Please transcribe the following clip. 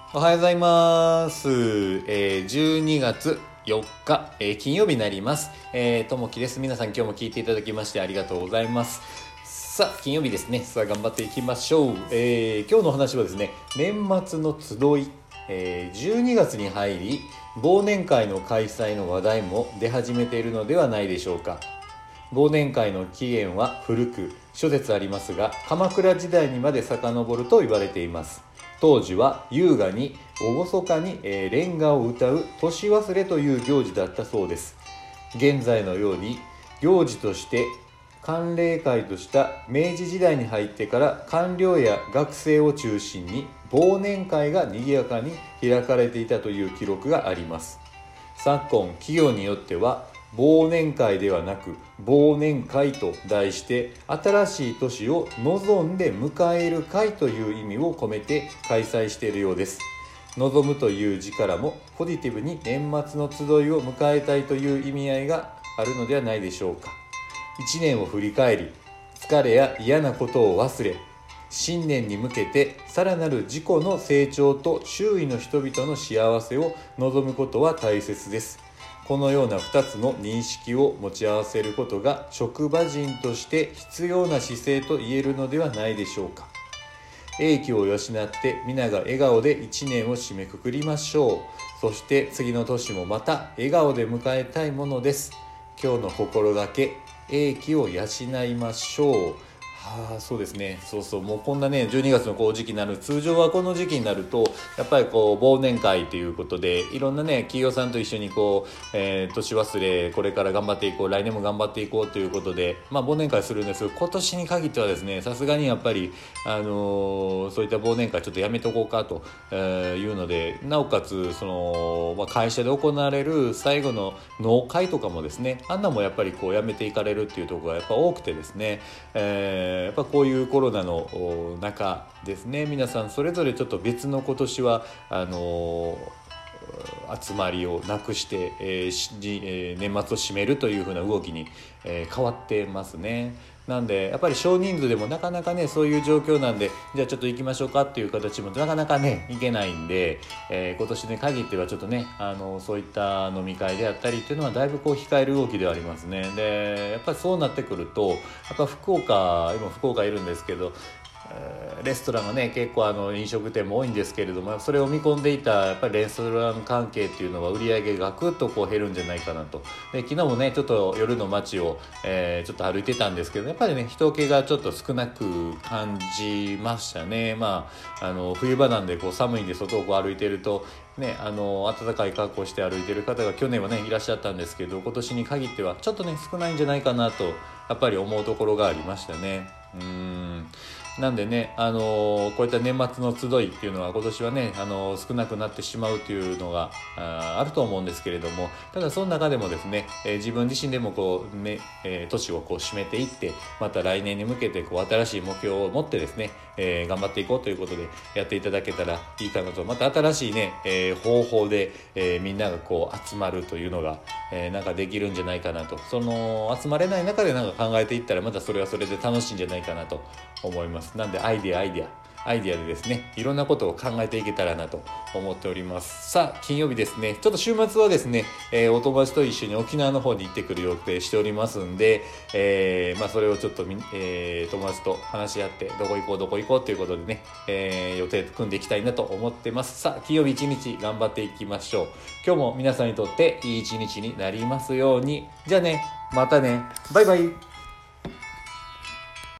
おはようございます。12月4日、金曜日になります。ともきです。皆さん今日も聞いていただきましてありがとうございます。さあ、金曜日ですね。さあ、頑張っていきましょう。今日の話はですね、年末の集い、12月に入り、忘年会の開催の話題も出始めているのではないでしょうか。忘年会の起源は古く諸説ありますが、鎌倉時代にまで遡ると言われています。当時は優雅に厳かに連歌を歌う年忘れという行事だったそうです。現在のように行事として慣例会とした明治時代に入ってから官僚や学生を中心に忘年会が賑やかに開かれていたという記録があります。昨今企業によっては忘年会ではなく忘年会と題して新しい年を望んで迎える会という意味を込めて開催しているようです。望むという字からもポジティブに年末の集いを迎えたいという意味合いがあるのではないでしょうか。一年を振り返り、疲れや嫌なことを忘れ、新年に向けてさらなる自己の成長と周囲の人々の幸せを望むことは大切です。このような2つの認識を持ち合わせることが職場人として必要な姿勢と言えるのではないでしょうか。英気を養って皆が笑顔で1年を締めくくりましょう。そして次の年もまた笑顔で迎えたいものです。今日の心がけ、英気を養いましょう。そうですね。もうこんなね12月の時期になる、通常はこの時期になるとやっぱり忘年会ということでいろんなね企業さんと一緒に年忘れこれから頑張っていこう、来年も頑張っていこうということで忘年会するんですけど、今年に限ってはですね、さすがにやっぱりそういった忘年会ちょっとやめとこうかというので、なおかつ会社で行われる最後の納会とかもですね、あんなもやっぱりやめていかれるっていうところがやっぱ多くてですね、やっぱこういうコロナの中ですね、皆さんそれぞれちょっと別の今年は集まりをなくして、年末を締めるというふうな動きに、変わってますね。なんでやっぱり少人数でもなかなかねそういう状況なんで、じゃあちょっと行きましょうかっていう形もなかなかね行けないんで、今年に限ってはちょっとねそういった飲み会であったりっていうのはだいぶ控える動きではありますね。でやっぱりそうなってくるとやっぱ今福岡いるんですけど、レストランがね結構飲食店も多いんですけれども、それを見込んでいたやっぱりレストラン関係っていうのは売り上げがぐっと減るんじゃないかなと。で昨日もねちょっと夜の街を、ちょっと歩いてたんですけど、やっぱりね人気がちょっと少なく感じましたね。冬場なんで寒いんで外を歩いてるとね、暖かい格好して歩いてる方が去年はねいらっしゃったんですけど、今年に限ってはちょっとね少ないんじゃないかなとやっぱり思うところがありましたね。なんでね、こういった年末の集いっていうのは今年はね、少なくなってしまうというのがあると思うんですけれども、ただその中でもですね、自分自身でも年を締めていって、また来年に向けて新しい目標を持ってですね、頑張っていこうということでやっていただけたらいいかなと。また新しいね、方法で、みんなが集まるというのが、なんかできるんじゃないかなと。集まれない中でなんか考えていったらまたそれはそれで楽しいんじゃないかなと思います。なんでアイデアでですね、いろんなことを考えていけたらなと思っております。さあ金曜日ですね、ちょっと週末はですね、お友達と一緒に沖縄の方に行ってくる予定しておりますんで、それをちょっと友達と話し合ってどこ行こうということでね、予定組んでいきたいなと思ってます。さあ金曜日一日頑張っていきましょう。今日も皆さんにとっていい一日になりますように。じゃあね、またね、バイバイ。